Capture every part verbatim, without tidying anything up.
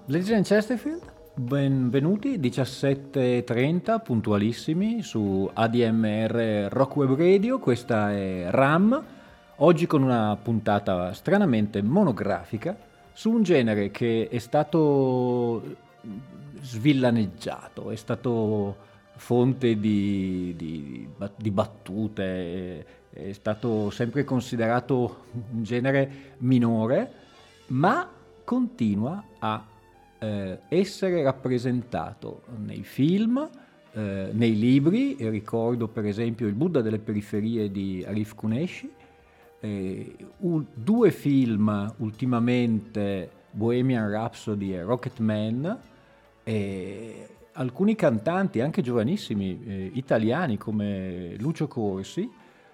Ladies and Chesterfield, benvenuti, diciassette e trenta, puntualissimi su A D M R Rock Web Radio, questa è RAM, oggi con una puntata stranamente monografica su un genere che è stato svillaneggiato, è stato fonte di, di, di battute, è stato sempre considerato un genere minore, ma continua a eh, essere rappresentato nei film, eh, nei libri. E ricordo per esempio Il Buddha delle periferie di Arif Kuneshi, eh, un, due film ultimamente, Bohemian Rhapsody e Rocketman, e alcuni cantanti anche giovanissimi eh, italiani come Lucio Corsi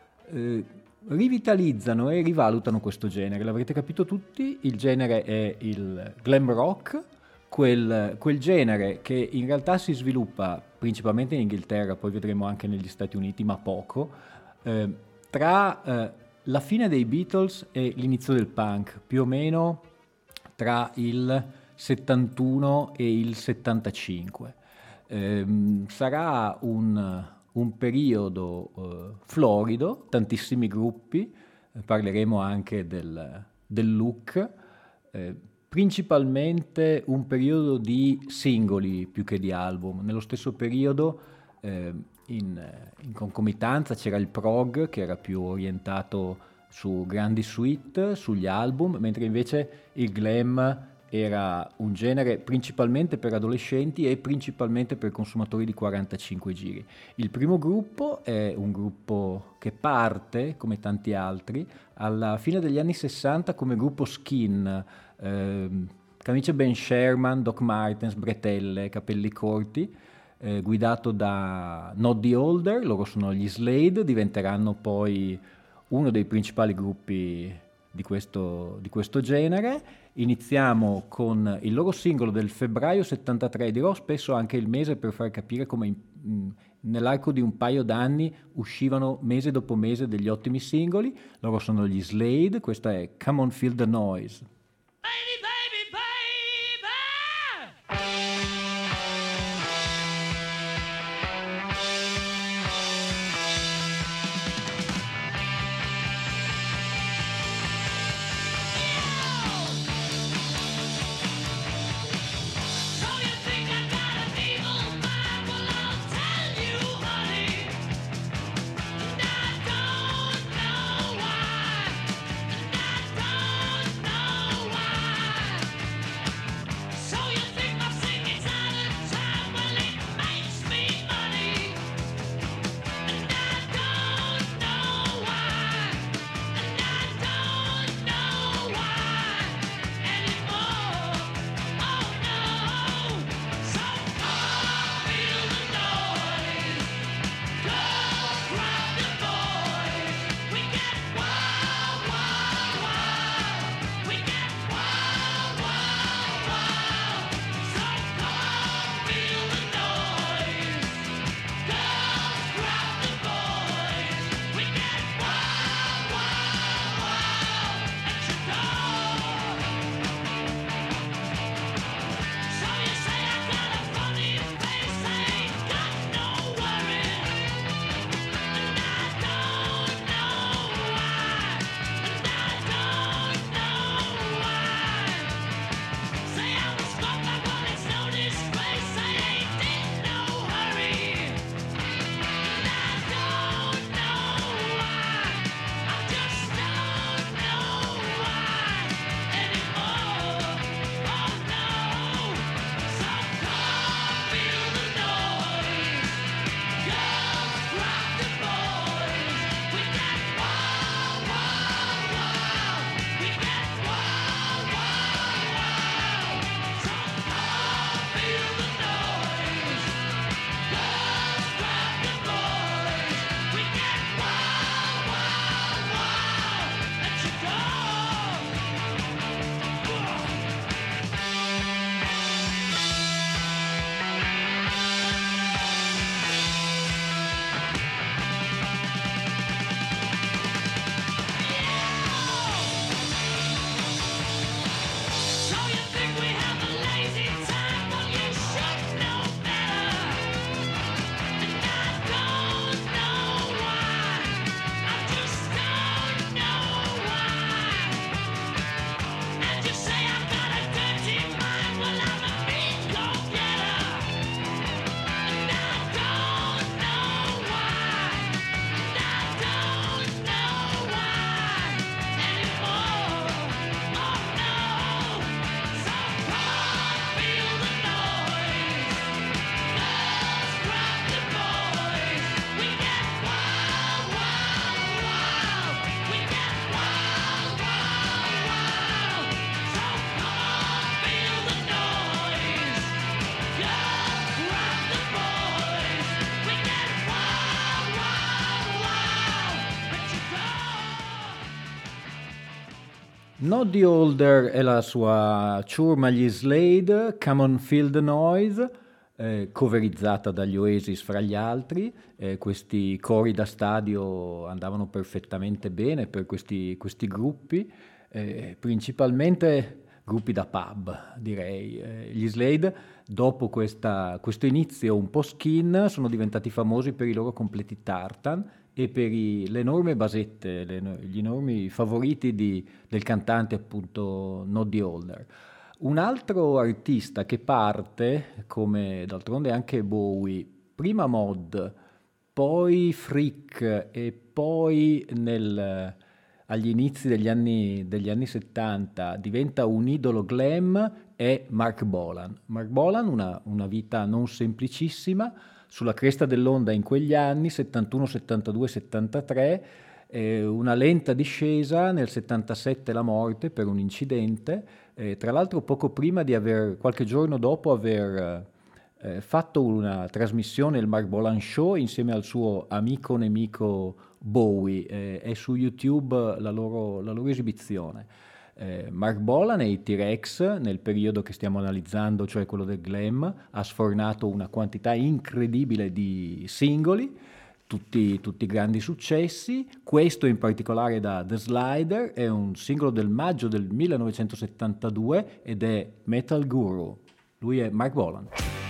eh, rivitalizzano e rivalutano questo genere. L'avrete capito tutti, il genere è il glam rock, quel, quel genere che in realtà si sviluppa principalmente in Inghilterra, poi vedremo anche negli Stati Uniti, ma poco, eh, tra eh, la fine dei Beatles e l'inizio del punk, più o meno tra il settantuno e il settantacinque. Eh, sarà un, un periodo eh, florido, tantissimi gruppi, eh, parleremo anche del, del look, eh, principalmente un periodo di singoli più che di album. Nello stesso periodo, eh, in, in concomitanza, c'era il prog, che era più orientato su grandi suite, sugli album, mentre invece il glam era un genere principalmente per adolescenti e principalmente per consumatori di quarantacinque giri. Il primo gruppo è un gruppo che parte, come tanti altri, alla fine degli anni sessanta come gruppo Skin, ehm, camicie Ben Sherman, Doc Martens, bretelle, capelli corti, eh, guidato da Noddy Holder. Loro sono gli Slade, diventeranno poi uno dei principali gruppi di questo, di questo genere. Iniziamo con il loro singolo del febbraio settantatré, dirò spesso anche il mese per far capire come in, mh, nell'arco di un paio d'anni uscivano mese dopo mese degli ottimi singoli. Loro sono gli Slade, questa è Come On Feel The Noise. Baby, baby, baby. No Noddy Holder e la sua ciurma gli Slade, Come on Feel the Noise, eh, coverizzata dagli Oasis fra gli altri. Eh, questi cori da stadio andavano perfettamente bene per questi, questi gruppi, eh, principalmente gruppi da pub, direi. Eh, gli Slade, dopo questa- questo inizio un po' skin, sono diventati famosi per i loro completi tartan e per i- le enormi basette, le eno- gli enormi favoriti di- del cantante appunto Noddy Holder. Un altro artista che parte, come d'altronde anche Bowie, prima mod, poi freak e poi nel- agli inizi degli anni, degli anni settanta diventa un idolo glam, è Mark Bolan. Mark Bolan, una, una vita non semplicissima, sulla cresta dell'onda in quegli anni, settantuno, settantadue, settantatré, eh, una lenta discesa, nel settantasette la morte per un incidente, eh, tra l'altro poco prima di aver, qualche giorno dopo aver eh, fatto una trasmissione, il Mark Bolan Show, insieme al suo amico nemico Bowie, eh, è su YouTube la loro, la loro esibizione. Eh, Mark Bolan e i T-Rex, nel periodo che stiamo analizzando, cioè quello del glam, ha sfornato una quantità incredibile di singoli, tutti, tutti grandi successi. Questo in particolare da The Slider è un singolo del maggio del millenovecentosettantadue ed è Metal Guru. Lui è Mark Bolan.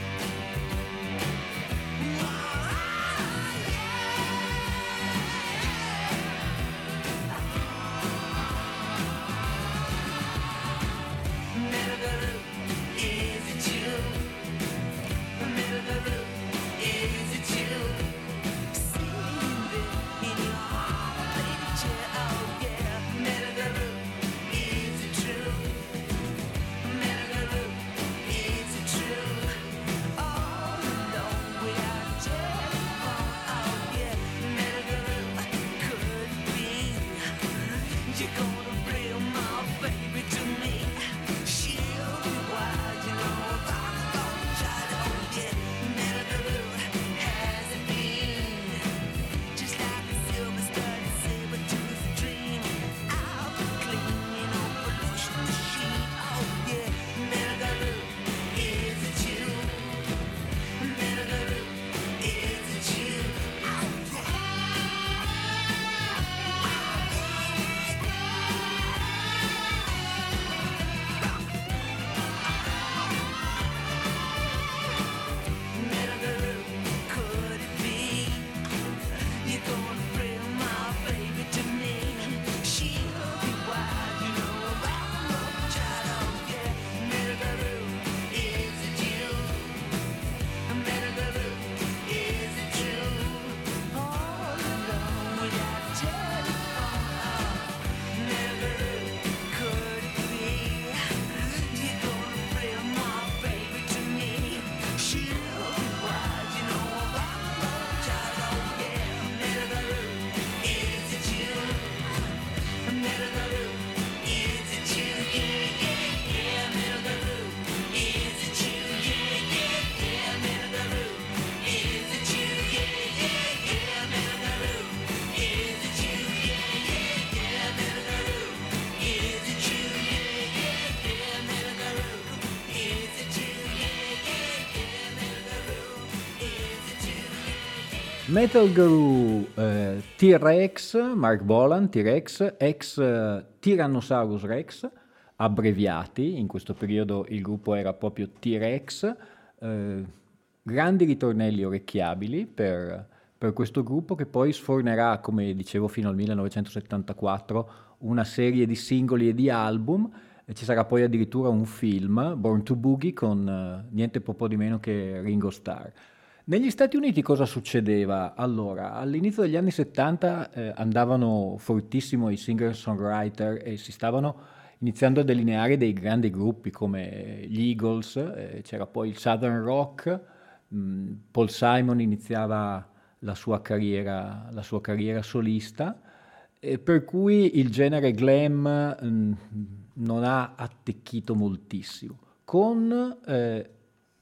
Metal Guru, eh, T-Rex, Mark Bolan, T-Rex, ex eh, Tyrannosaurus Rex, abbreviati, in questo periodo il gruppo era proprio T-Rex, eh, grandi ritornelli orecchiabili per, per questo gruppo che poi sfornerà, come dicevo, fino al millenovecentosettantaquattro una serie di singoli e di album, e ci sarà poi addirittura un film, Born to Boogie, con eh, niente po' di meno che Ringo Starr. Negli Stati Uniti cosa succedeva? Allora, all'inizio degli anni settanta eh, andavano fortissimo i singer-songwriter e si stavano iniziando a delineare dei grandi gruppi come gli Eagles, eh, c'era poi il Southern Rock, mh, Paul Simon iniziava la sua carriera, la sua carriera solista, e per cui il genere glam mh, non ha attecchito moltissimo, con eh,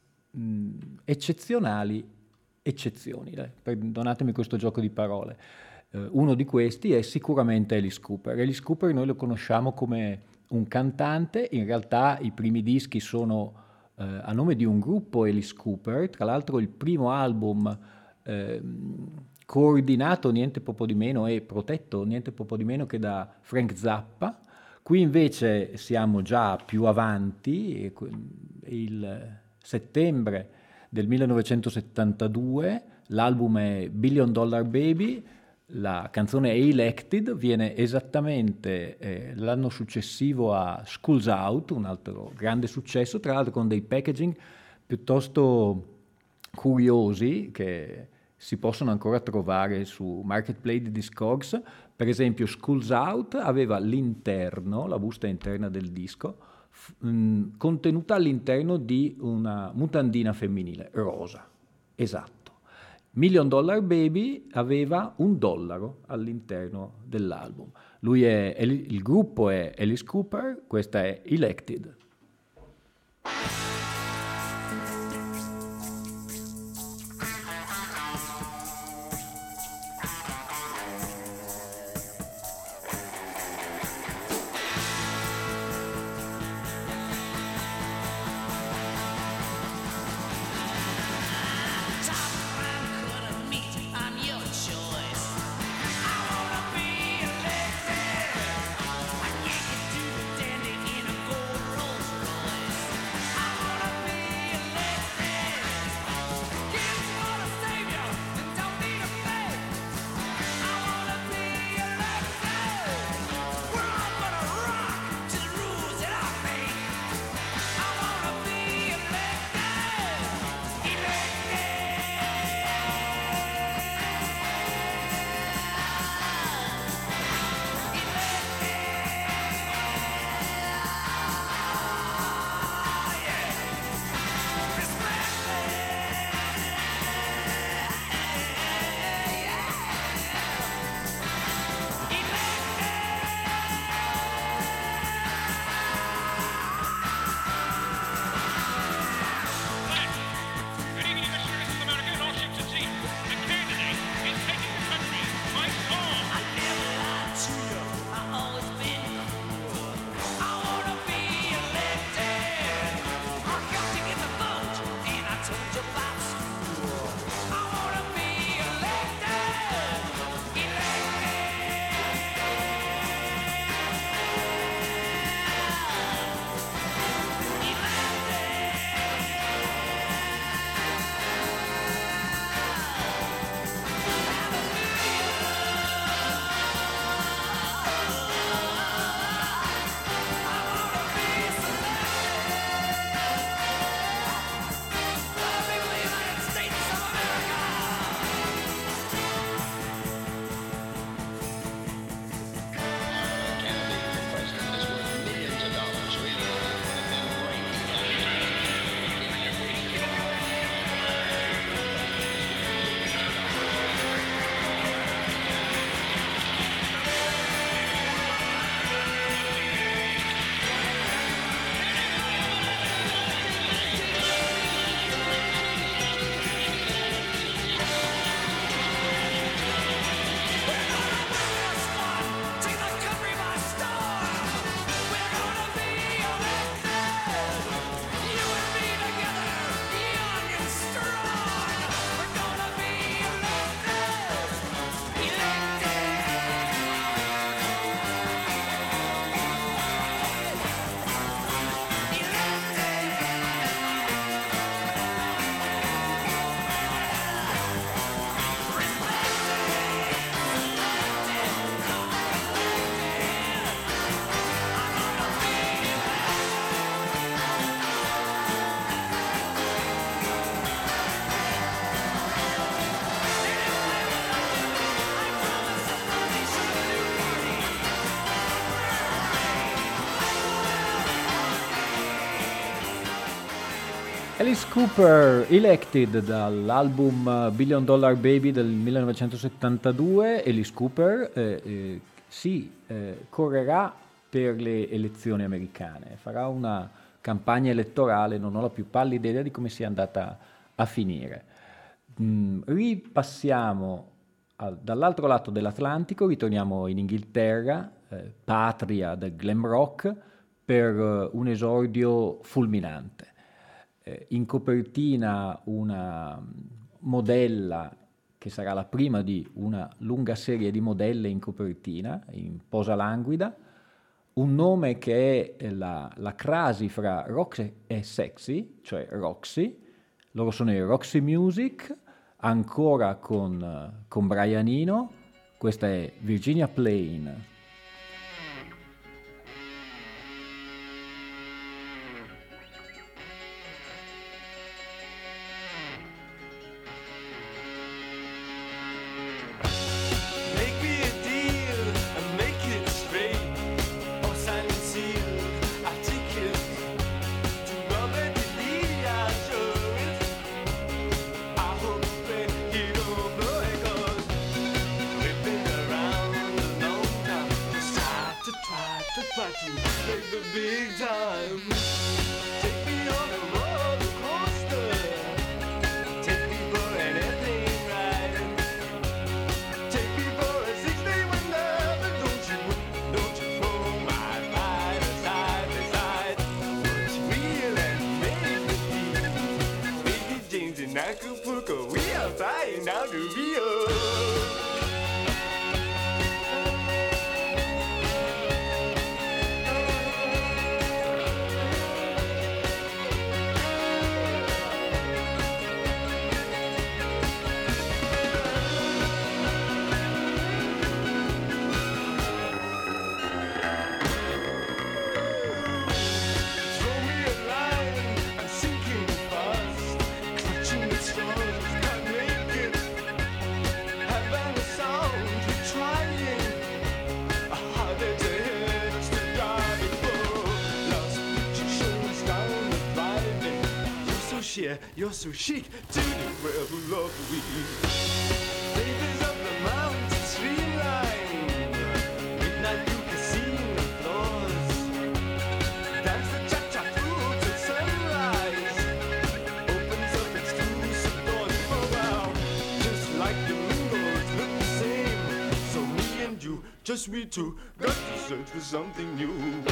mh, eccezionali eccezioni, dai, perdonatemi questo gioco di parole. Eh, uno di questi è sicuramente Alice Cooper. Alice Cooper noi lo conosciamo come un cantante. In realtà i primi dischi sono eh, a nome di un gruppo, Alice Cooper, tra l'altro il primo album ehm, coordinato niente poco di meno e protetto niente poco di meno che da Frank Zappa. Qui invece siamo già più avanti, e que- il settembre del millenovecentosettantadue, l'album è Billion Dollar Baby, la canzone è Elected, viene esattamente eh, l'anno successivo a Schools Out, un altro grande successo, tra l'altro con dei packaging piuttosto curiosi che si possono ancora trovare su Marketplace di Discogs. Per esempio Schools Out aveva all'interno, la busta interna del disco, f- mh, contenuta all'interno di una mutandina femminile, rosa, esatto. Million Dollar Baby aveva un dollaro all'interno dell'album. Lui è, il gruppo è Alice Cooper, questa è Elected. Alice Cooper, Elected, dall'album Billion Dollar Baby del millenovecentosettantadue. Alice Cooper eh, eh, si eh, correrà per le elezioni americane, farà una campagna elettorale, non ho la più pallida idea di come sia andata a finire. Mm, ripassiamo al- dall'altro lato dell'Atlantico, ritorniamo in Inghilterra, eh, patria del glam rock. per un esordio fulminante. Eh, in copertina una modella che sarà la prima di una lunga serie di modelle in copertina, in posa languida, un nome che è la, la crasi fra rock e sexy, cioè Roxy. Loro sono i Roxy Music, ancora con, con Brian Eno. Questa è Virginia Plain. You're so chic to the world who love we. Ladies of the mountain streamline, midnight you can see the floors. Dance the cha-cha through till sunrise. Opens up exclusive doors for wow. Just like the windows look the same. So me and you, just we two, got to search for something new.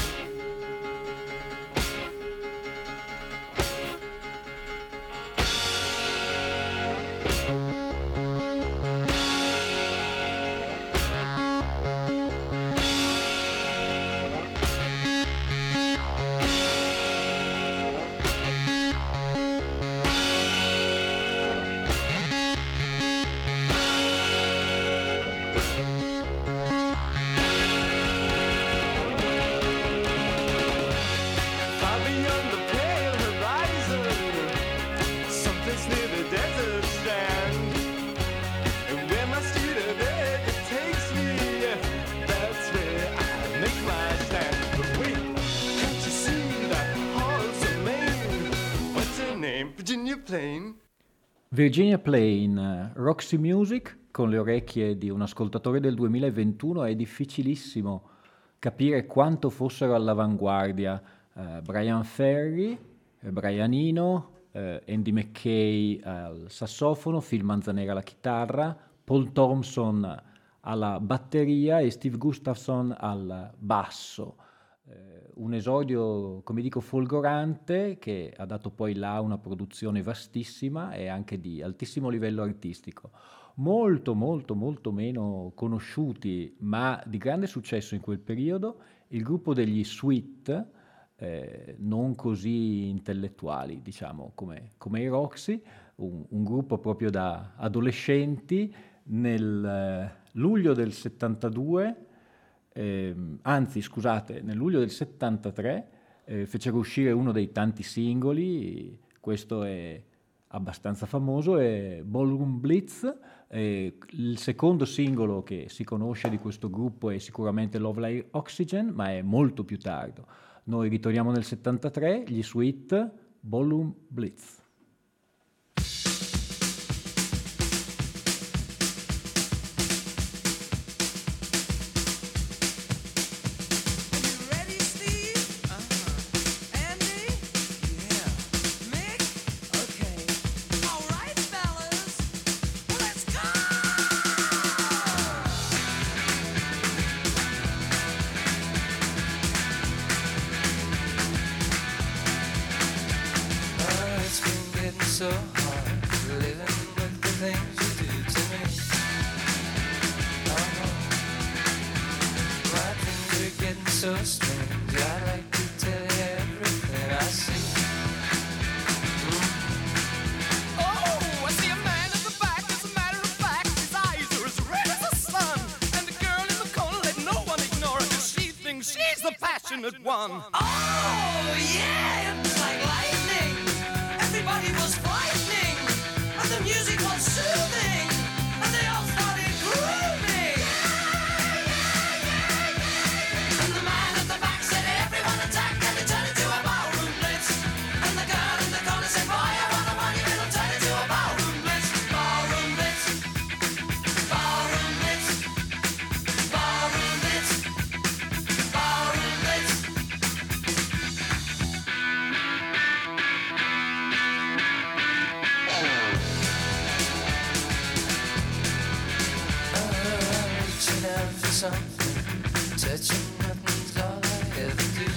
Virginia Plain, Roxy Music, con le orecchie di un ascoltatore del duemilaventuno è difficilissimo capire quanto fossero all'avanguardia eh, Brian Ferry, eh, Brian Eno, eh, Andy McKay al sassofono, Phil Manzanera alla chitarra, Paul Thompson alla batteria e Steve Gustafson al basso. Eh, un esordio, come dico, folgorante, che ha dato poi là a una produzione vastissima e anche di altissimo livello artistico. Molto, molto, molto meno conosciuti, ma di grande successo in quel periodo, il gruppo degli Sweet, eh, non così intellettuali, diciamo, come, come i Roxy, un, un gruppo proprio da adolescenti. Nel eh, luglio del settantadue, Eh, anzi scusate, nel luglio del settantatré eh, fecero uscire uno dei tanti singoli, questo è abbastanza famoso, è Ballroom Blitz. Eh, il secondo singolo che si conosce di questo gruppo è sicuramente Love Like Oxygen, ma è molto più tardo. Noi ritorniamo nel settantatré, gli Sweet, Ballroom Blitz. Ready, Steve? so hard living with the things you do to me. Oh, my dreams are getting so strange. I'd like to tell you everything I see. Oh, I see a man at the back. As a matter of fact, his eyes are as red as the sun. And the girl in the corner, let no one ignore her, 'cause she thinks she's the passionate one. Oh, yeah, it was like lightning. Everybody was frightening, and the music was soothing, and they all started grooving. And the man at the back said, everyone attack, and it turned into a ballroom blitz. And the girl in the corner said, boy, I want a money, it'll turn into a ballroom blitz. Ballroom blitz, ballroom blitz, ballroom blitz, ballroom blitz. Reaching out for something, touching nothing's all I ever do.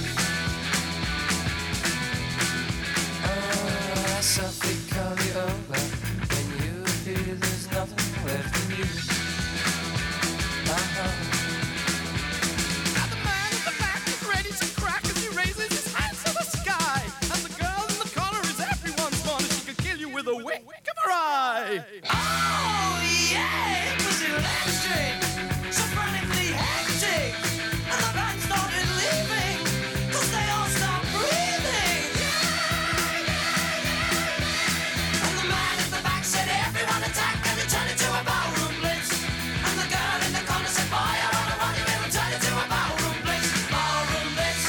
Oh, I softly call you over, when you appear there's nothing left in you. Uh-huh. Now the man at the back is ready to crack as he raises his hands to the sky. And the girl in the corner is everyone's fun, and she could kill you with a wink of her eye. Oh, yeah, it was electric, so frantically hectic, and the band started leaving, 'cause they all stopped breathing. And the man at the back said, everyone attack, and it turned into a ballroom blitz. And the girl in the corner said, boy, I wanna run you, it'll turn into a ballroom blitz. Ballroom blitz.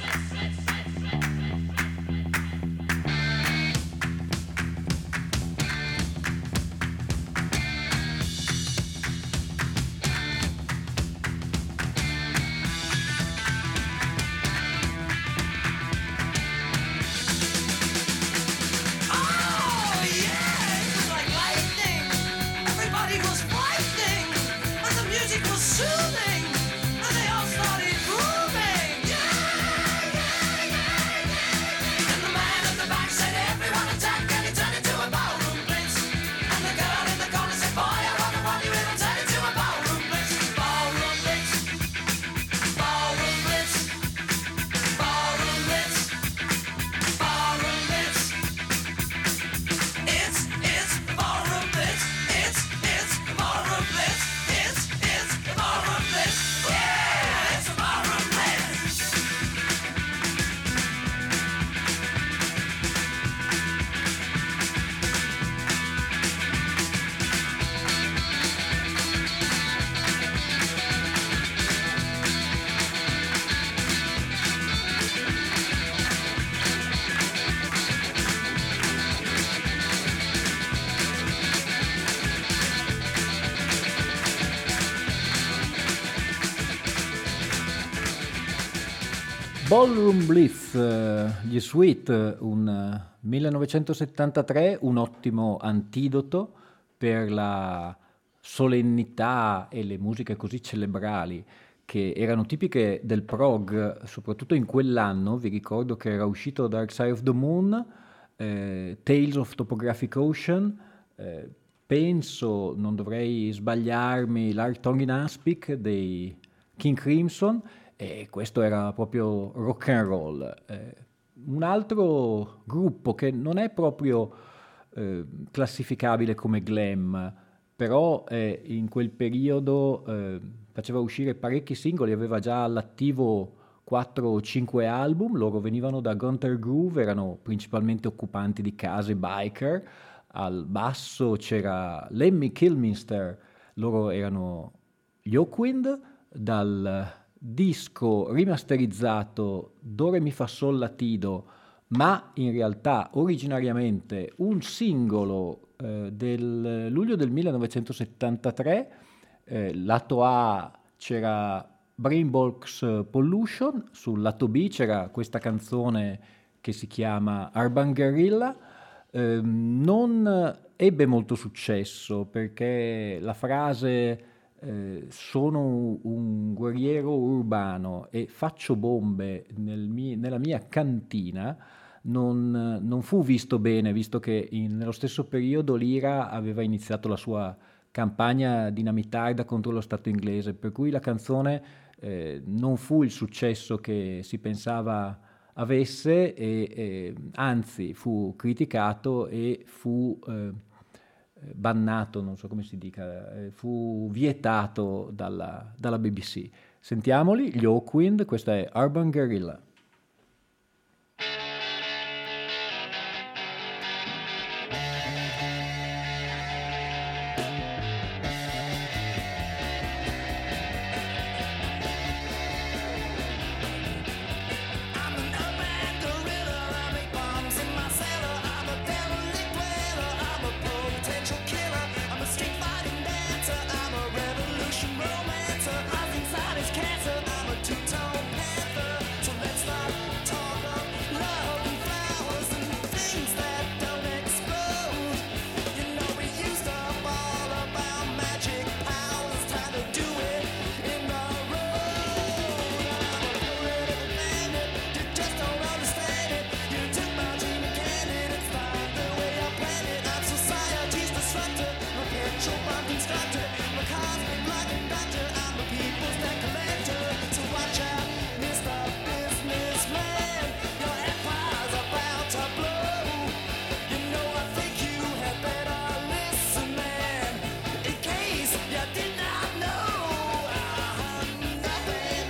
Oh, yeah, it was like lightning. Everybody was frightening, and the music was soothing, and they all started grooving. And the man at the back said, everyone attack, and it turned into a ballroom blitz. And the girl in the corner said, boy, I wanna run you, it'll turn into a ballroom blitz. Ballroom blitz, ballroom blitz, ballroom blitz, ballroom blitz. It's, it's the ballroom blitz. It's, it's the ballroom blitz. It's, it's the ballroom blitz. Yeah, it's the ballroom blitz. Ballroom Blitz, eh, gli Sweet, un eh, millenovecentosettantatré, un ottimo antidoto per la solennità e le musiche così celebrali che erano tipiche del prog, soprattutto in quell'anno. Vi ricordo che era uscito Dark Side of the Moon, eh, Tales of Topographic Ocean, eh, penso, non dovrei sbagliarmi, l'Art Tongue in Aspic dei King Crimson, e questo era proprio rock and roll. Eh, un altro gruppo che non è proprio eh, classificabile come glam, però eh, in quel periodo eh, faceva uscire parecchi singoli, aveva già all'attivo quattro o cinque album, loro venivano da Gunter Groove, erano principalmente occupanti di case biker, al basso c'era Lemmy Kilminster, loro erano gli Hawkwind, dal disco rimasterizzato Do Re Mi Fa Sol La Tido, ma in realtà originariamente un singolo eh, del luglio del millenovecentosettantatré, eh, lato A c'era Brainbox Pollution, sul lato B c'era questa canzone che si chiama Urban Guerrilla. Eh, non ebbe molto successo perché la frase eh, sono un guerriero urbano e faccio bombe nel mi- nella mia cantina non, non fu visto bene, visto che in- nello stesso periodo l'Ira aveva iniziato la sua campagna dinamitarda contro lo Stato inglese, per cui la canzone eh, non fu il successo che si pensava avesse, e, e, anzi fu criticato e fu eh, bannato, non so come si dica, eh, fu vietato dalla, dalla B B C. Sentiamoli, gli Hawkwind, questa è Urban Guerrilla. I'm an urban gorilla, I make bombs in my cellar. I'm a derelict dweller, I'm a potential killer. I'm a street fighting dancer, I'm a revolution romancer. Eyes inside is cancer, I'm a two-tone panther. So let's not talk of love and flowers and things that don't explode. You know we used up all of our magic powers, time to do it in the road. I'm a political bandit, you just don't understand it. You took my dream and canned it. It's not the way I planned it. I'm society's disruptor, a petrol bomb constructor, a cosmic blood conductor. I'm a people's debt collector. So watch out, Mister Businessman, your empire's about to blow. You know I think you had better listen, man, in case you did not know. I'm nothing.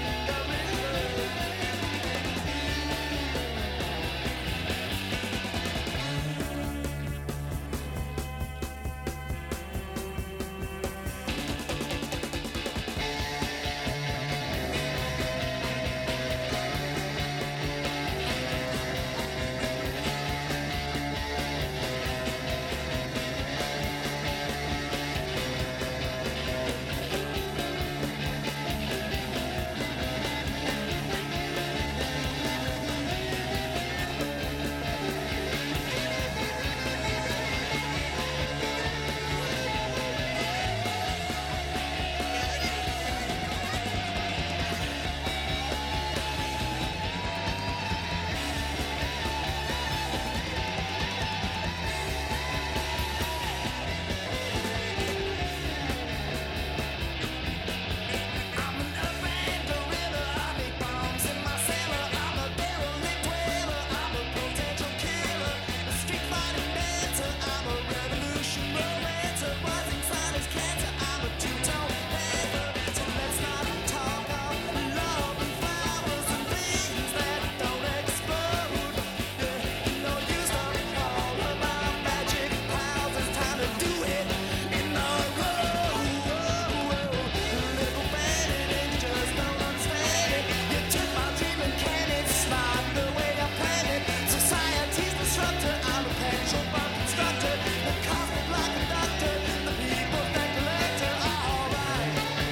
I'm an urban gorilla, I make bombs in my cellar. I'm a derelict dweller, I'm a potential killer, a street fighting dancer. I'm a revolution romancer. What's inside is cancer. I'm a two-tone panther. So let's not talk of love and flowers and things that don't explode. Yeah, you know used up all of our magic powers. It's time to do it in the road. Little bandit, and you just don't understand it. You took my dream and canned it. It's not the way I planned it. Society's disruptor, I'm a petrol bomb constructor, the cosmic blood conductor, the people's debt collector. Alright.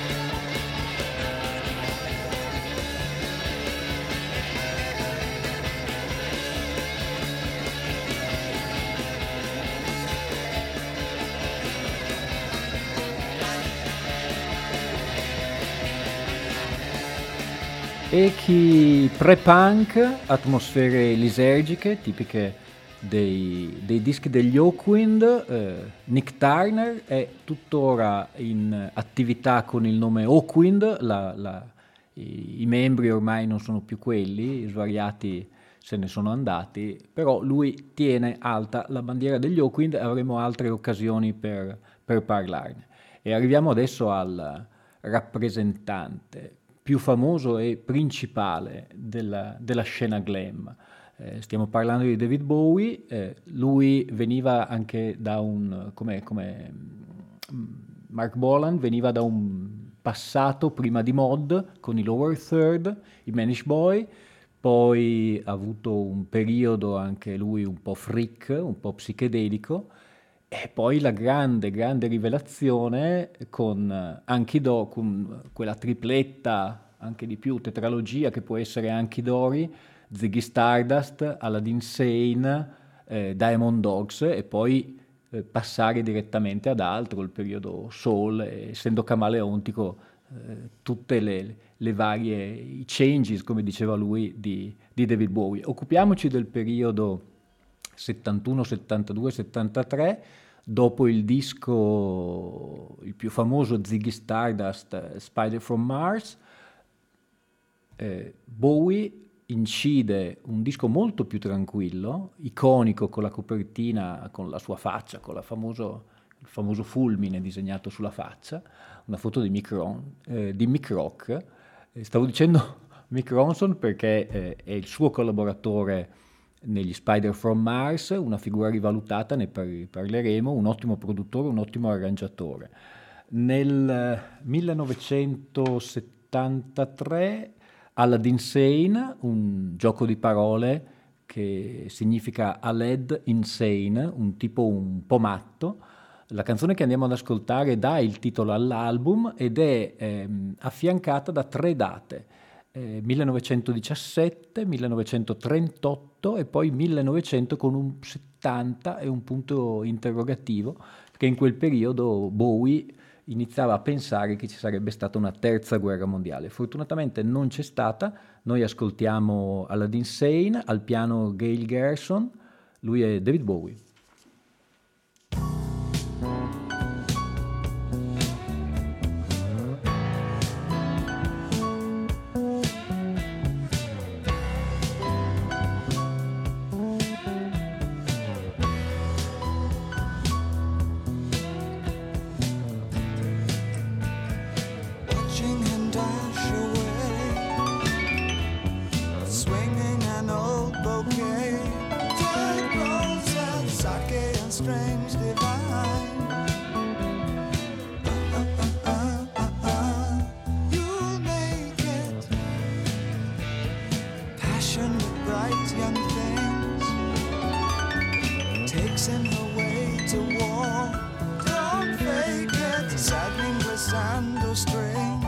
Echi pre-punk, atmosfere lisergiche, tipiche dei, dei dischi degli Hawkwind. eh, Nick Turner è tuttora in attività con il nome Hawkwind, la- la- i, i membri ormai non sono più quelli, i svariati se ne sono andati, però lui tiene alta la bandiera degli Hawkwind e avremo altre occasioni per, per parlarne. E arriviamo adesso al rappresentante più famoso e principale della, della scena glam. Eh, stiamo parlando di David Bowie. eh, lui veniva anche da un, come, come mm, Mark Bolan, veniva da un passato prima di Mod con i Lower Third, i Manish Boy, poi ha avuto un periodo anche lui un po' freak, un po' psichedelico, e poi la grande, grande rivelazione con eh, Anki Do, con quella tripletta, anche di più, tetralogia che può essere Anki Dory, Ziggy Stardust, Aladdin Sane, eh, Diamond Dogs, e poi eh, passare direttamente ad altro, il periodo soul, essendo camaleontico, eh, tutte le, le varie i changes, come diceva lui, di, di David Bowie. Occupiamoci del periodo settantuno, settantadue, settantatré, dopo il disco, il più famoso Ziggy Stardust, Spider from Mars. eh, Bowie incide un disco molto più tranquillo, iconico, con la copertina, con la sua faccia, con la famoso, il famoso fulmine disegnato sulla faccia, una foto di Mick, Ron, eh, di Mick Rock. Eh, stavo dicendo Mick Ronson perché eh, è il suo collaboratore negli Spider from Mars, una figura rivalutata, ne par- parleremo, un ottimo produttore, un ottimo arrangiatore. Nel millenovecentosettantatré Aladdin Sane, un gioco di parole che significa Aled Insane, un tipo un po' matto. La canzone che andiamo ad ascoltare dà il titolo all'album ed è ehm, affiancata da tre date, eh, millenovecentodiciassette, millenovecentotrentotto e poi millenovecento con un settanta e un punto interrogativo, perché in quel periodo Bowie iniziava a pensare che ci sarebbe stata una terza guerra mondiale. Fortunatamente non c'è stata. Noi ascoltiamo Aladdin Sane, al piano Gail Gerson, lui è David Bowie. Watching him dash away, swinging an old bouquet, dead roses, sake and strange divine. Uh, uh, uh, uh, uh, you'll make it. Passion with bright young things takes him away to war. Don't fake it, sagging glissando strings.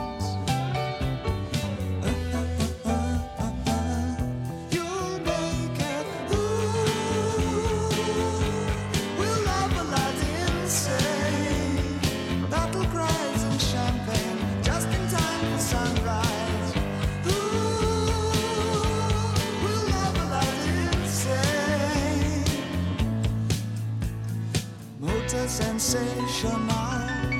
Uh, uh, uh, uh, uh, you'll make it. Ooh, we'll love Aladdin Sane. Battle cries and champagne, just in time for sunrise. Ooh, we'll love Aladdin Sane. Motor sensational,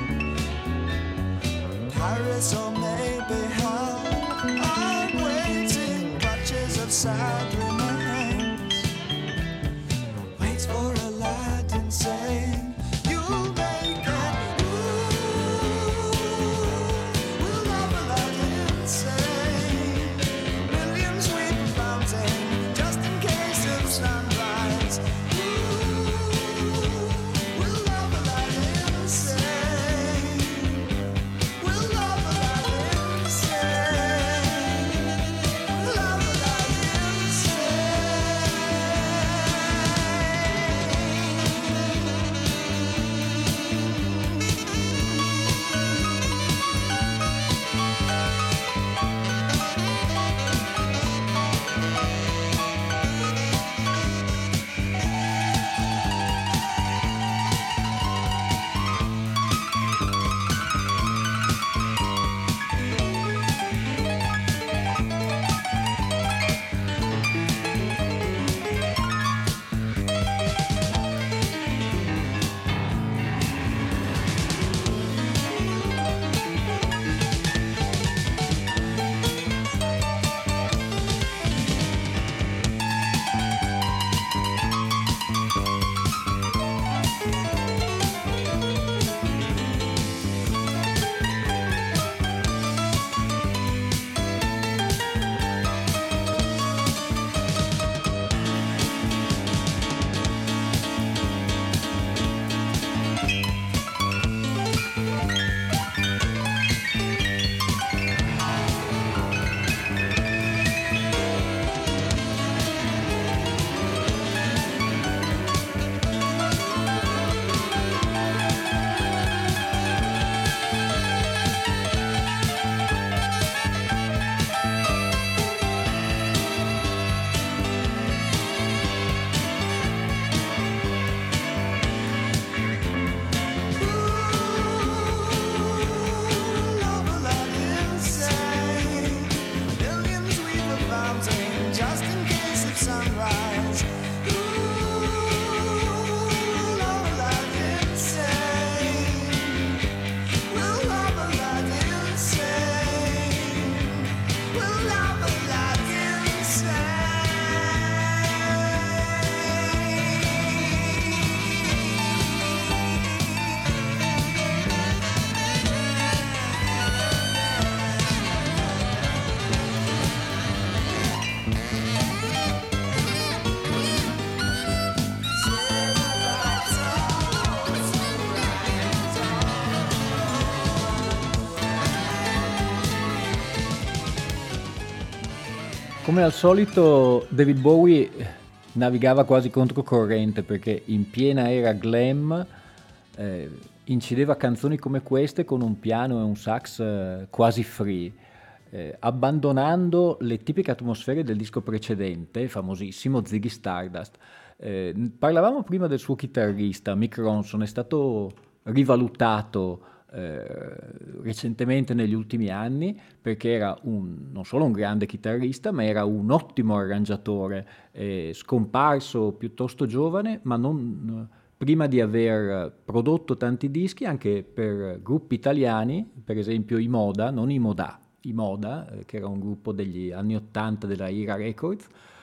Paris or maybe hell. I'm waiting, clutches of sad remains. Waits for Aladdin Sane. You'll make it. Ooh, we'll love Aladdin Sane. Million sweet fountain, just in case of sunrise. Ooh, we'll love Aladdin Sane. We'll love Aladdin Sane. Come al solito David Bowie navigava quasi controcorrente, perché in piena era glam eh, incideva canzoni come queste con un piano e un sax eh, quasi free, eh, abbandonando le tipiche atmosfere del disco precedente, famosissimo Ziggy Stardust. Eh, parlavamo prima del suo chitarrista, Mick Ronson, è stato rivalutato eh, recentemente negli ultimi anni perché era un, non solo un grande chitarrista, ma era un ottimo arrangiatore, eh, scomparso piuttosto giovane, ma non, prima di aver prodotto tanti dischi anche per gruppi italiani, per esempio i Moda, non i Modà, i Moda, eh, che era un gruppo degli anni ottanta della Ira Records,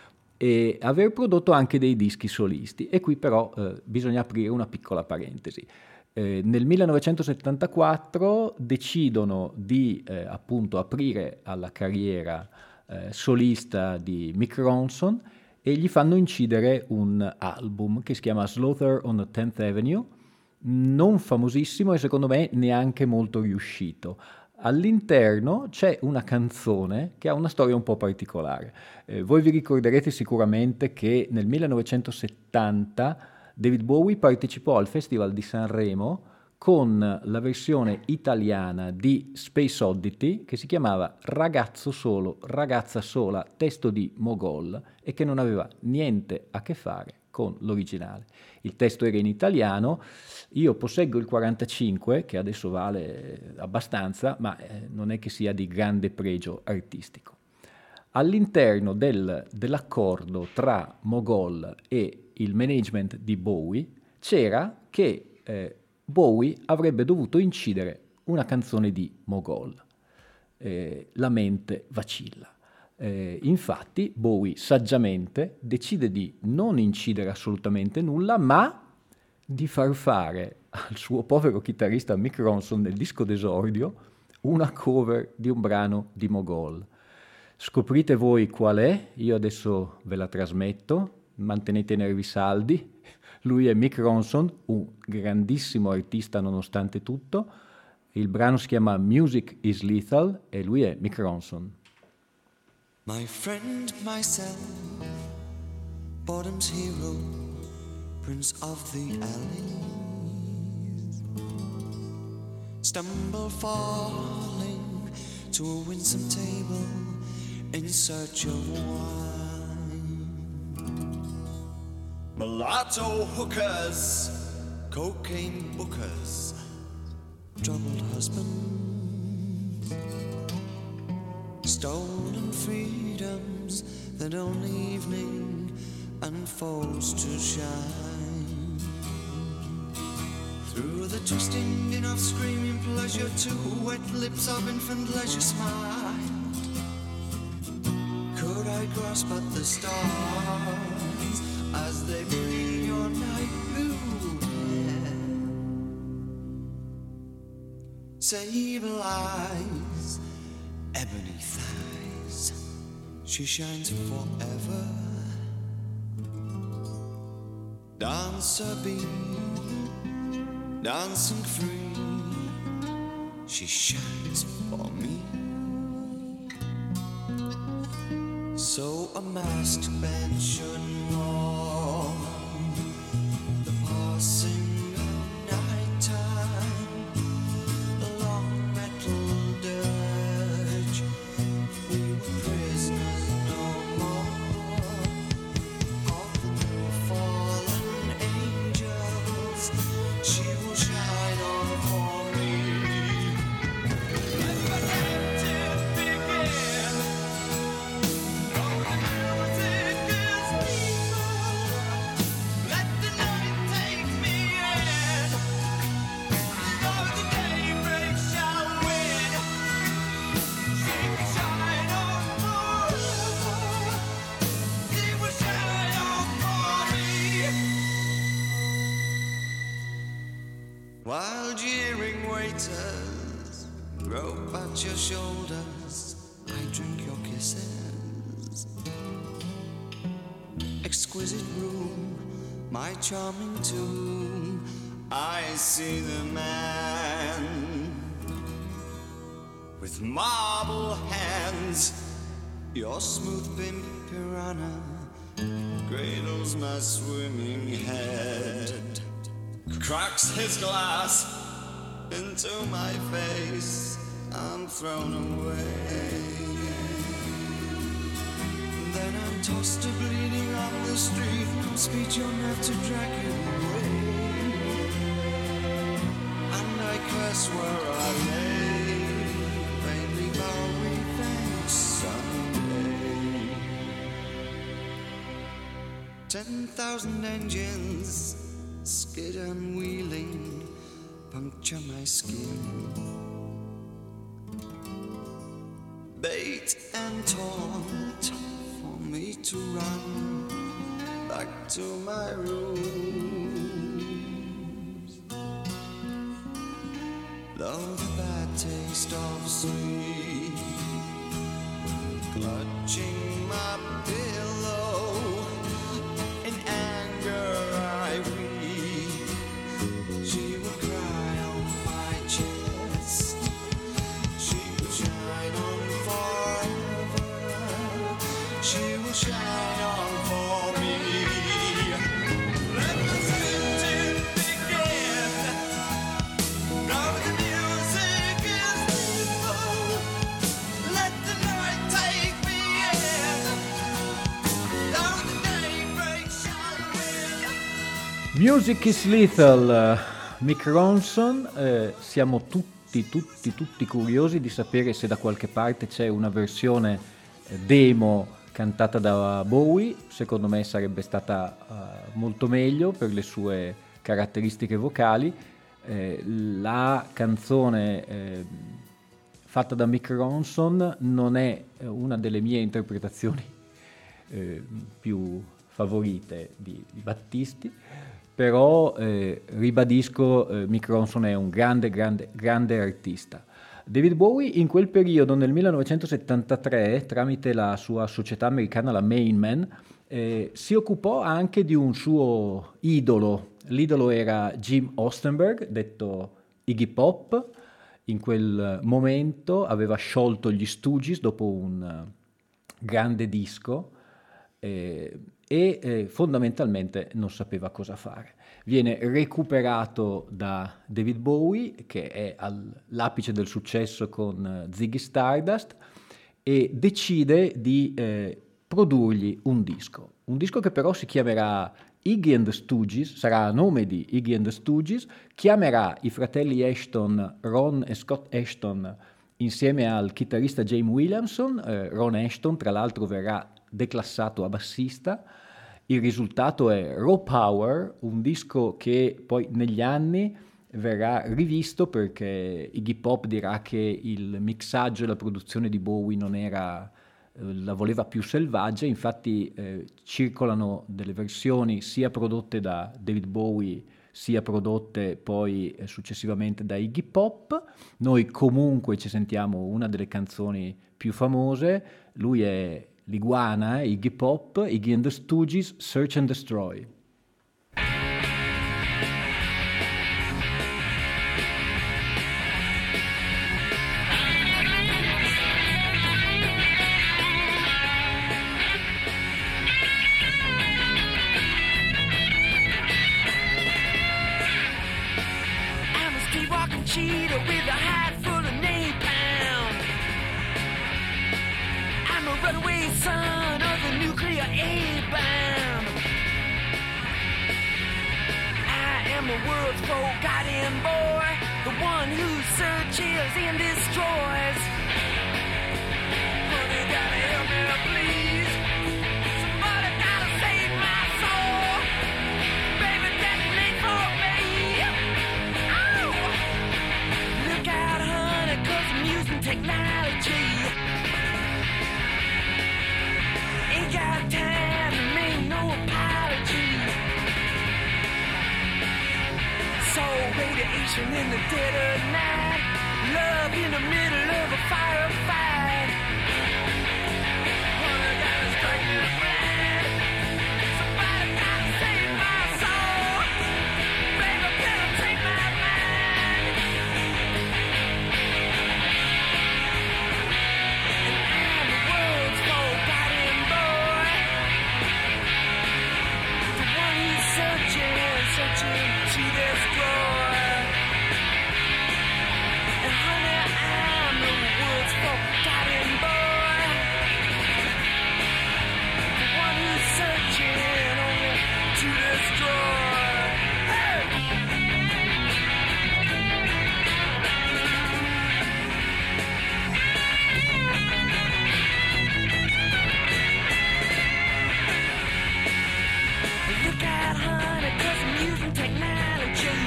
e aver prodotto anche dei dischi solisti. E qui però eh, bisogna aprire una piccola parentesi. Eh, nel millenovecentosettantaquattro decidono di eh, appunto aprire alla carriera eh, solista di Mick Ronson e gli fanno incidere un album che si chiama Slaughter on the tenth Avenue, non famosissimo e secondo me neanche molto riuscito. All'interno c'è una canzone che ha una storia un po' particolare. Eh, voi vi ricorderete sicuramente che nel millenovecentosettanta David Bowie partecipò al Festival di Sanremo con la versione italiana di Space Oddity che si chiamava Ragazzo solo, ragazza sola, testo di Mogol, e che non aveva niente a che fare con l'originale. Il testo era in italiano, io posseggo il quarantacinque, che adesso vale abbastanza, ma eh, non è che sia di grande pregio artistico. All'interno del, dell'accordo tra Mogol e il management di Bowie c'era che eh, Bowie avrebbe dovuto incidere una canzone di Mogol, eh, La mente vacilla. Eh, infatti Bowie saggiamente decide di non incidere assolutamente nulla, ma di far fare al suo povero chitarrista Mick Ronson nel disco d'esordio una cover di un brano di Mogol. Scoprite voi qual è, io adesso ve la trasmetto, mantenete i nervi saldi. Lui è Mick Ronson, un grandissimo artista nonostante tutto. Il brano si chiama Music is Lethal e lui è Mick Ronson. My friend, myself, Bottom's hero, prince of the alleys, stumble falling to a winsome table in search of wine. Mulatto hookers, cocaine bookers, troubled husbands, stolen freedoms that only evening unfolds to shine. Through the twisting in of screaming pleasure, two wet lips of infant leisure smiled. Could I grasp at the stars as they clean your night blue hair? Sable eyes, ebony thighs, she shines forever. Dancer bee, dancing free, she shines for me. So a masked band should mourn the passing of nighttime, the long metal dirge. We were prisoners no more of the new fallen angels. She will shine on for me. Let the captive begin. Oh, the music is lethal. Let the night take me in. Though the daybreak shall win, she will shine on forever. She will shine on for me. While jeering waiters grope at your shoulders, I drink your kisses. Exquisite room, my charming tomb, I see the man with marble hands Your smooth pimp piranha cradles my swimming head, cracks his glass into my face, I'm thrown away. Then I'm tossed to bleeding on the street, no speech enough to drag him away. And I curse where I lay, vainly vowing thanks someday. Ten thousand engines skid and wheeling, puncture my skin. Bait and taunt for me to run back to my rooms. Though the bad taste of sleep clutching my pillow, in anger I weep. She will cry on my chest, she will shine on forever, she will shine on for me. Let the splitting begin. Now the music is lethal. Let the night take me in. Now the daybreak shall win. Music is Lethal, eh, Mick Ronson. Eh, siamo tutti, tutti, tutti curiosi di sapere se da qualche parte c'è una versione eh, demo cantata da Bowie. Secondo me sarebbe stata eh, molto meglio per le sue caratteristiche vocali. Eh, la canzone eh, fatta da Mick Ronson non è eh, una delle mie interpretazioni eh, più favorite di, di Battisti, però eh, ribadisco, eh, Mick Ronson è un grande, grande, grande artista. David Bowie in quel periodo, nel millenovecentosettantatré, tramite la sua società americana, la Main Man, eh, si occupò anche di un suo idolo. L'idolo era Jim Ostenberg, detto Iggy Pop. In quel momento aveva sciolto gli Stooges dopo un uh, grande disco eh, e eh, fondamentalmente non sapeva cosa fare. Viene recuperato da David Bowie, che è all'apice del successo con uh, Ziggy Stardust, e decide di eh, produrgli un disco. Un disco che però si chiamerà Iggy and the Stooges, sarà a nome di Iggy and the Stooges, chiamerà i fratelli Ashton, Ron e Scott Ashton, insieme al chitarrista James Williamson. eh, Ron Ashton, tra l'altro, verrà declassato a bassista. Il risultato è Raw Power, un disco che poi negli anni verrà rivisto perché Iggy Pop dirà che il mixaggio e la produzione di Bowie non era, eh, la voleva più selvaggia. Infatti eh, circolano delle versioni sia prodotte da David Bowie sia prodotte poi eh, successivamente da Iggy Pop. Noi comunque ci sentiamo una delle canzoni più famose. Lui è l'iguana, eh, Iggy Pop, Iggy and the Stooges, Search and Destroy. Cheetah with a hat full of napalm. I'm a runaway son of the nuclear A-bomb. I am the world's forgotten boy, the one who searches and destroys. Honey, gotta help me, please. Somebody gotta save my soul. Baby, detonate for me. Look out, honey, 'cause I'm using technology. Ain't got time to make no apology. So radiation in the dead of night, love in the middle of a firefight. Honey, gotta strike me blind. Somebody gotta save my soul. Baby, better take my mind. And I'm the world's most to destroy. Hey! Look out, honey, 'cause I'm using technology.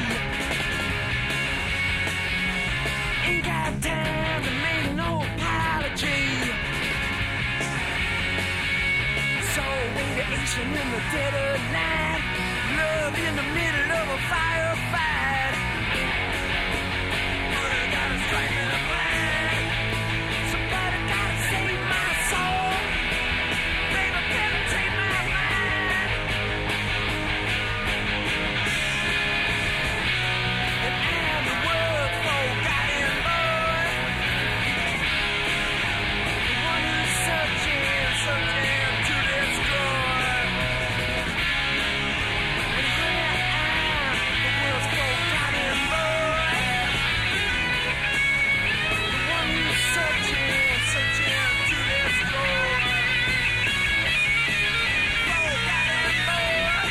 Ain't got time to make no apology. So radiation in the dead of night, love in the middle of a firefight. Murder gotta strike me blind. Somebody gotta save my soul. Baby, penetrate my mind. And I'm the world forgotten boy, the one who's searching, searching to destroy. And here I am, the world's forgotten boy, the one who's searching, searching to destroy. Forgotten boy,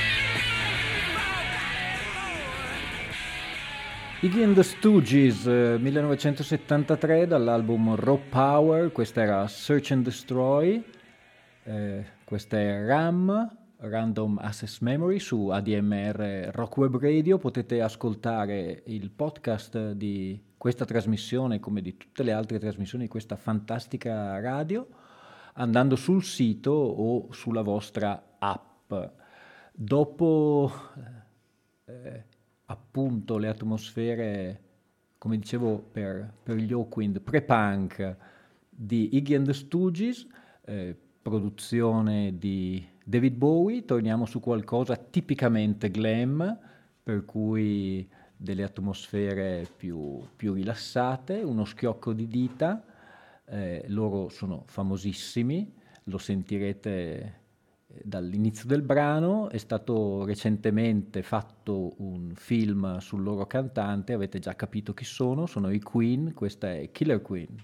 forgotten boy. Iggy and the Stooges, eh, millenovecentosettantatré, dall'album Raw Power. Questa era Search and Destroy, eh, questa è RAM, Random Access Memory, su A D M R Rock Web Radio. Potete ascoltare il podcast di questa trasmissione, come di tutte le altre trasmissioni di questa fantastica radio, andando sul sito o sulla vostra app. Dopo eh, appunto le atmosfere, come dicevo, per, per gli Hawkwind, pre-punk di Iggy and the Stooges, eh, produzione di David Bowie, torniamo su qualcosa tipicamente glam, per cui delle atmosfere più, più rilassate, uno schiocco di dita. Eh, loro sono famosissimi, lo sentirete dall'inizio del brano. È stato recentemente fatto un film sul loro cantante, avete già capito chi sono, sono i Queen, questa è Killer Queen.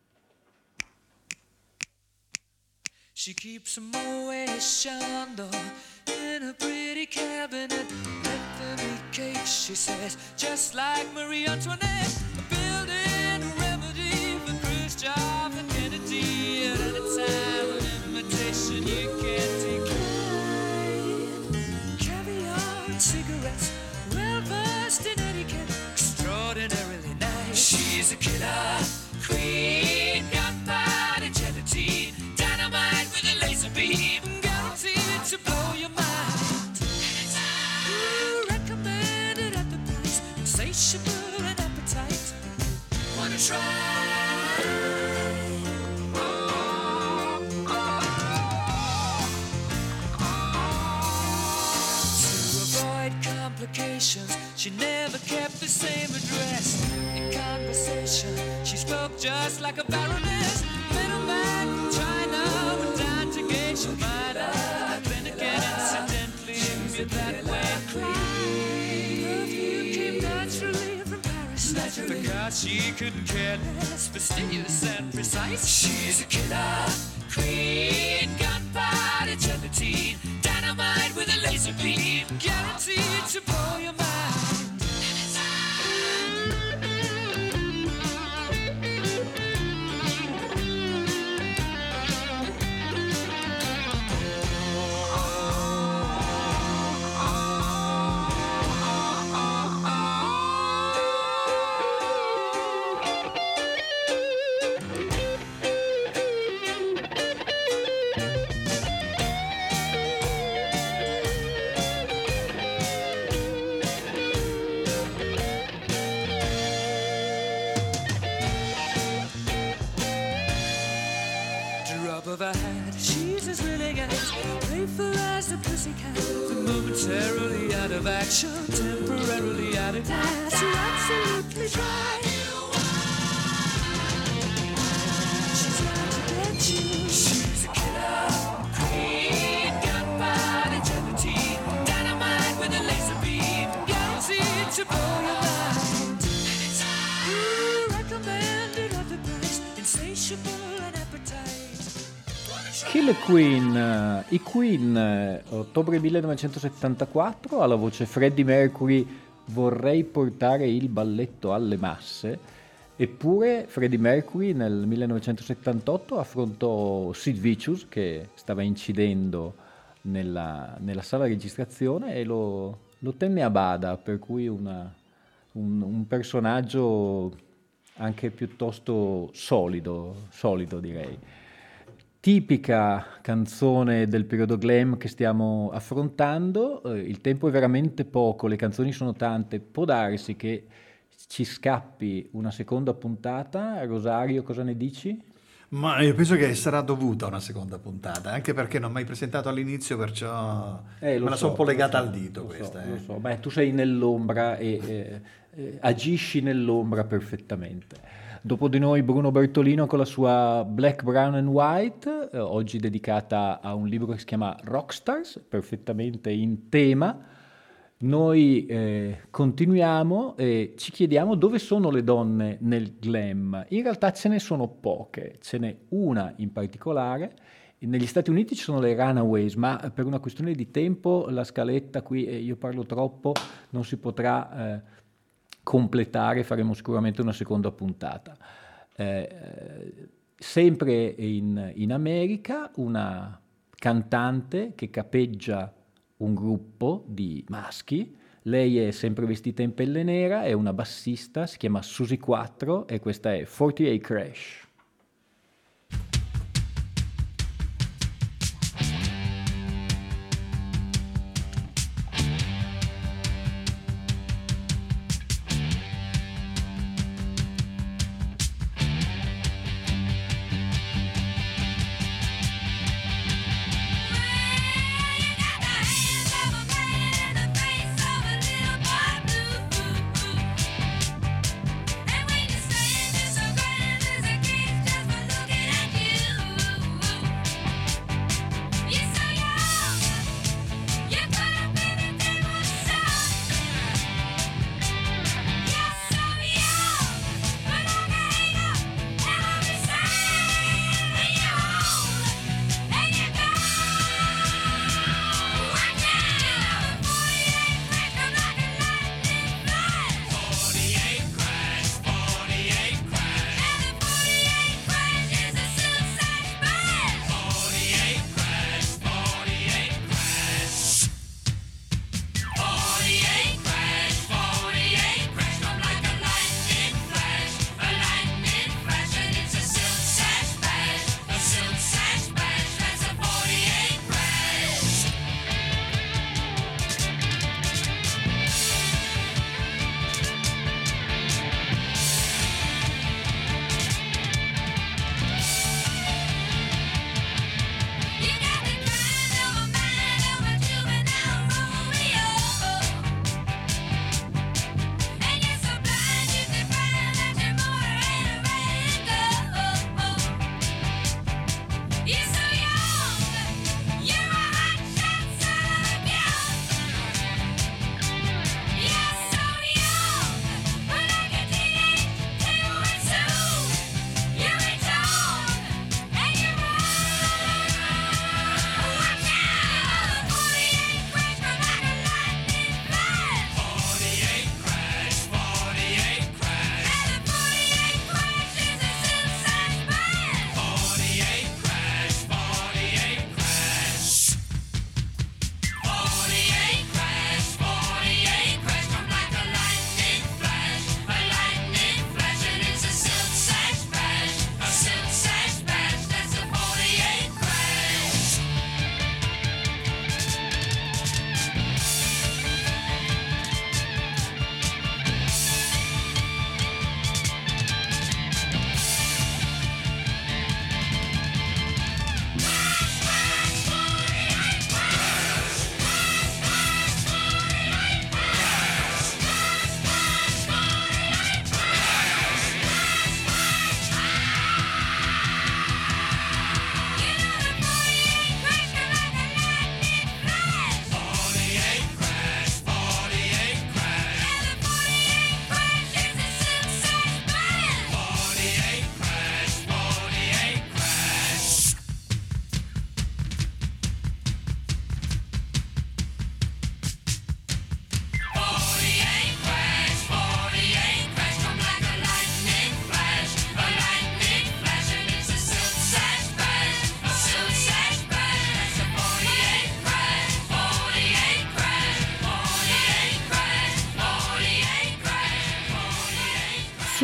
She keeps a Moet Chandon in a pretty cabinet. Bethany cake, she says, just like Marie Antoinette. Building a remedy for Khrushchev and Kennedy. At any time, an invitation you can't decline. Caviar and cigarettes, well versed in etiquette, extraordinarily nice. She's a killer queen, gunpowder gelatine, dynamite with a laser beam, guaranteed to blow your mind. Ooh, recommended at the price, insatiable and appetite. Wanna try? To avoid complications, she never kept the same address. In conversation, she spoke just like a baroness. Middleman from China went down to gauge your mind. Then again, incidentally, you're that way. Perfume came naturally from Paris. Naturally. Because she couldn't care less, fastidious and precise. She's a killer queen, gunpowder gelatine, dynamite with a laser beam, guaranteed to blow your mind. Drop of a hat, she's as willing as playful as a pussycat. Momentarily out of action, temporarily out of gas. You're absolutely dry. She's out to get you. She's a killer queen, gunpowder gelatine, dynamite with a laser beam, guaranteed to blow your mind. Ooh, recommended at the price, insatiable and appetite. Kill Queen, eh, i Queen, eh, ottobre millenovecentosettantaquattro, alla voce Freddie Mercury, vorrei portare il balletto alle masse. Eppure Freddie Mercury nel millenovecentosettantotto affrontò Sid Vicious, che stava incidendo nella, nella sala registrazione, e lo, lo tenne a bada, per cui una, un, un personaggio anche piuttosto solido, solido direi. Tipica canzone del periodo glam che stiamo affrontando, eh, il tempo è veramente poco, le canzoni sono tante, può darsi che ci scappi una seconda puntata. Rosario, cosa ne dici? Ma io penso che sarà dovuta una seconda puntata, anche perché non mi hai presentato all'inizio, perciò Eh, lo me la so, sono un po' legata lo so, al dito lo questa. so, eh. lo so. Beh, tu sei nell'ombra e eh, eh, agisci nell'ombra perfettamente. Dopo di noi Bruno Bertolino con la sua Black, Brown and White, eh, oggi dedicata a un libro che si chiama Rockstars, perfettamente in tema. Noi eh, continuiamo e ci chiediamo dove sono le donne nel glam. In realtà ce ne sono poche, ce n'è una in particolare. Negli Stati Uniti ci sono le Runaways, ma per una questione di tempo la scaletta qui, e io parlo troppo, non si potrà eh, completare, faremo sicuramente una seconda puntata. Eh, sempre in, in America, una cantante che capeggia un gruppo di maschi, lei è sempre vestita in pelle nera, è una bassista, si chiama Susie quattro e questa è quarantotto Crash. And when you say it, you're so great, and there's a key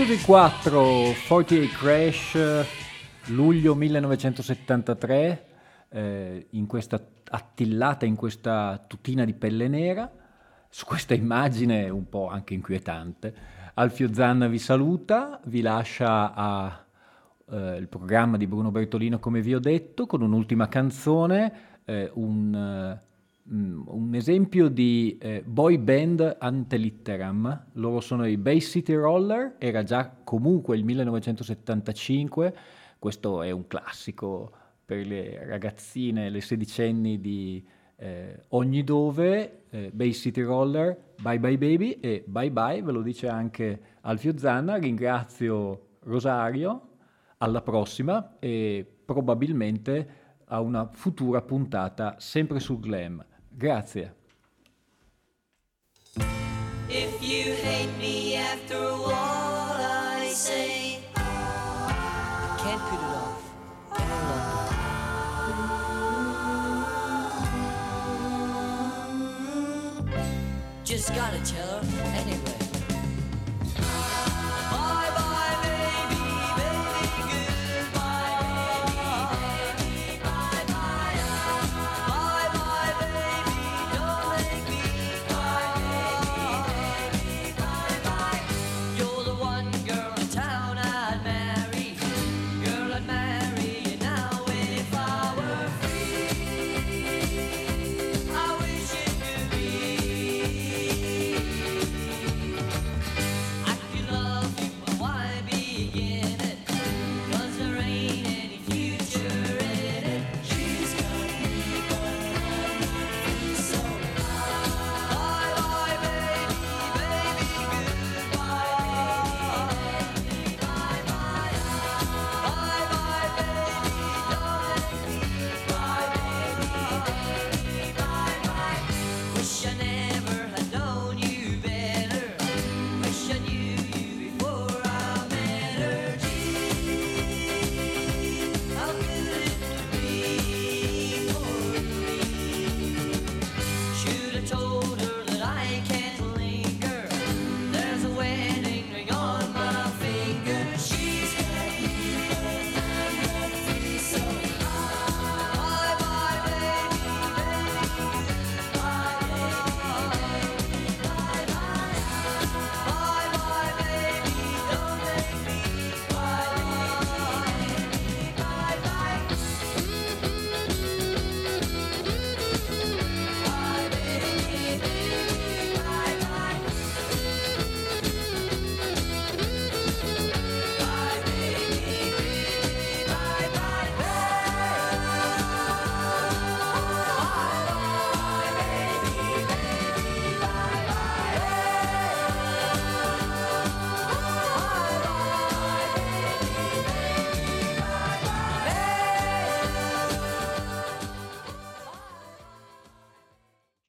Music quattro, quarantotto Crash, luglio millenovecentosettantatré, eh, in questa attillata, in questa tutina di pelle nera, su questa immagine un po' anche inquietante. Alfio Zanna vi saluta, vi lascia a eh, il programma di Bruno Bertolino, come vi ho detto, con un'ultima canzone, eh, un, eh, un esempio di eh, boy band ante litteram. Loro sono i Bay City Roller, era già comunque il millenovecentosettantacinque, questo è un classico per le ragazzine, le sedicenni di eh, ogni dove, eh, Bay City Roller, Bye Bye Baby e Bye Bye, ve lo dice anche Alfio Zanna. Ringrazio Rosario, alla prossima e probabilmente a una futura puntata sempre sul glam. Grazie. If you hate me after all I say, Can't put it off any longer. just gotta tell her anyway.